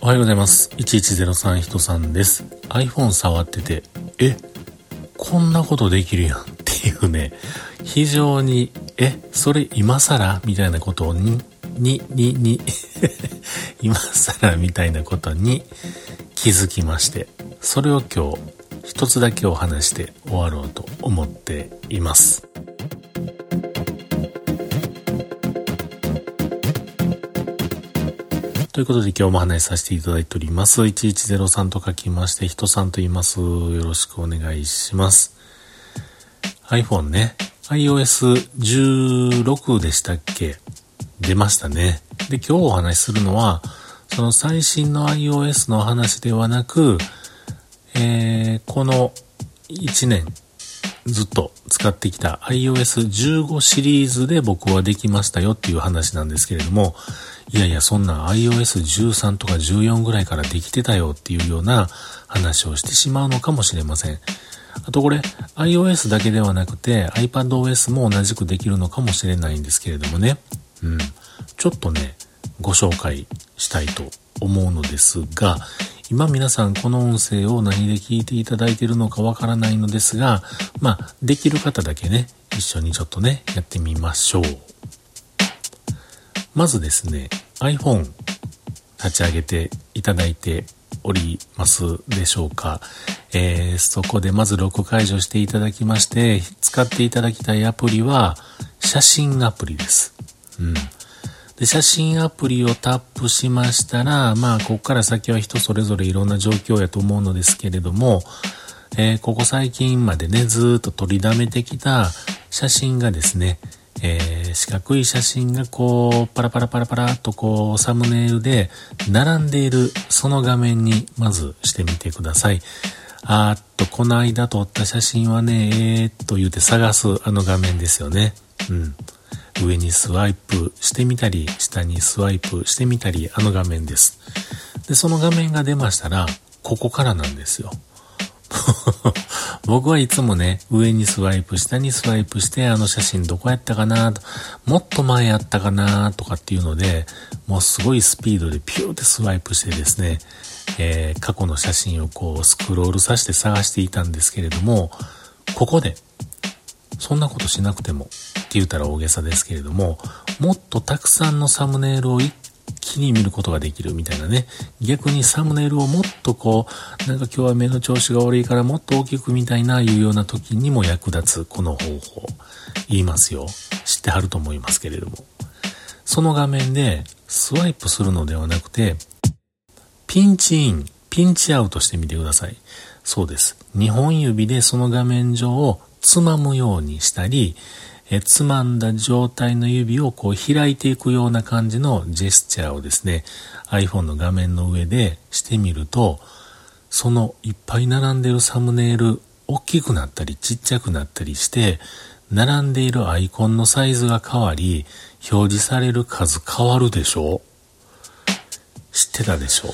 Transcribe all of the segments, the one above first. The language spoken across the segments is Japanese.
おはようございます。1103人さんです。 iPhone 触っててこんなことできるやんっていうね、非常にそれ今更みたいなことに今更みたいなことに気づきまして、それを今日一つだけお話して終わろうと思っています。ということで今日もお話しさせていただいております。1103と書きまして人さんと言います。よろしくお願いします。 iPhone ね、 iOS16 でしたっけ、出ましたね。で、今日お話しするのはその最新の iOS の話ではなく、この1年ずっと使ってきた iOS15 シリーズで僕はできましたよっていう話なんですけれども、いやいやそんな iOS13 とか14ぐらいからできてたよっていうような話をしてしまうのかもしれません。あとこれ iOS だけではなくて iPadOS も同じくできるのかもしれないんですけれどもね、ちょっとねご紹介したいと思うのですが、今皆さんこの音声を何で聞いていただいているのかわからないのですが、できる方だけね一緒にちょっとねやってみましょう。まずですね iPhone 立ち上げていただいておりますでしょうか。そこでまずロック解除していただきまして、使っていただきたいアプリは写真アプリです。で、写真アプリをタップしましたら、ここから先は人それぞれいろんな状況やと思うのですけれども、ここ最近までね、ずーっと取りだめてきた写真がですね、四角い写真がこう、パラパラっとこう、サムネイルで並んでいる、その画面にまずしてみてください。この間撮った写真はね、言うて探すあの画面ですよね。上にスワイプしてみたり、下にスワイプしてみたり、あの画面です。で、その画面が出ましたら、ここからなんですよ。僕はいつもね、上にスワイプ、下にスワイプして、あの写真どこやったかなと、もっと前やったかなとかっていうので、もうすごいスピードでピューってスワイプしてですね、過去の写真をこうスクロールさせて探していたんですけれども、ここで、そんなことしなくてもって言ったら大げさですけれども、もっとたくさんのサムネイルを一気に見ることができるみたいなね。逆にサムネイルをもっとこう、なんか今日は目の調子が悪いからもっと大きく見たいないうような時にも役立つこの方法。言いますよ。知ってはると思いますけれども。その画面でスワイプするのではなくて、ピンチイン、ピンチアウトしてみてください。そうです。2本指でその画面上をつまむようにしたり、つまんだ状態の指をこう開いていくような感じのジェスチャーをですね、iPhone の画面の上でしてみると、そのいっぱい並んでいるサムネイル、大きくなったりちっちゃくなったりして、並んでいるアイコンのサイズが変わり、表示される数変わるでしょ？知ってたでしょ？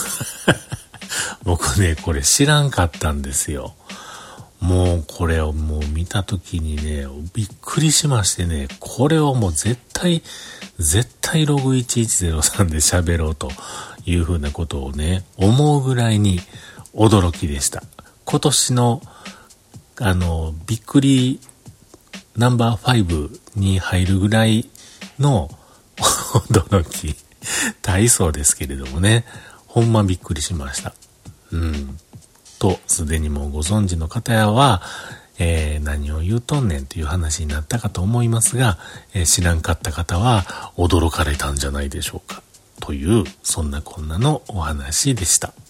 僕ね、これ知らんかったんですよ。もうこれをもう見たときにね、びっくりしましてね、これをもう絶対ログ1103で喋ろうというふうなことをね、思うぐらいに驚きでした。今年のびっくりナンバー5に入るぐらいの驚き。大層ですけれどもね、ほんまびっくりしました。と、すでにもうご存知の方やは、何を言うとんねんという話になったかと思いますが、知らんかった方は驚かれたんじゃないでしょうか。という、そんなこんなのお話でした。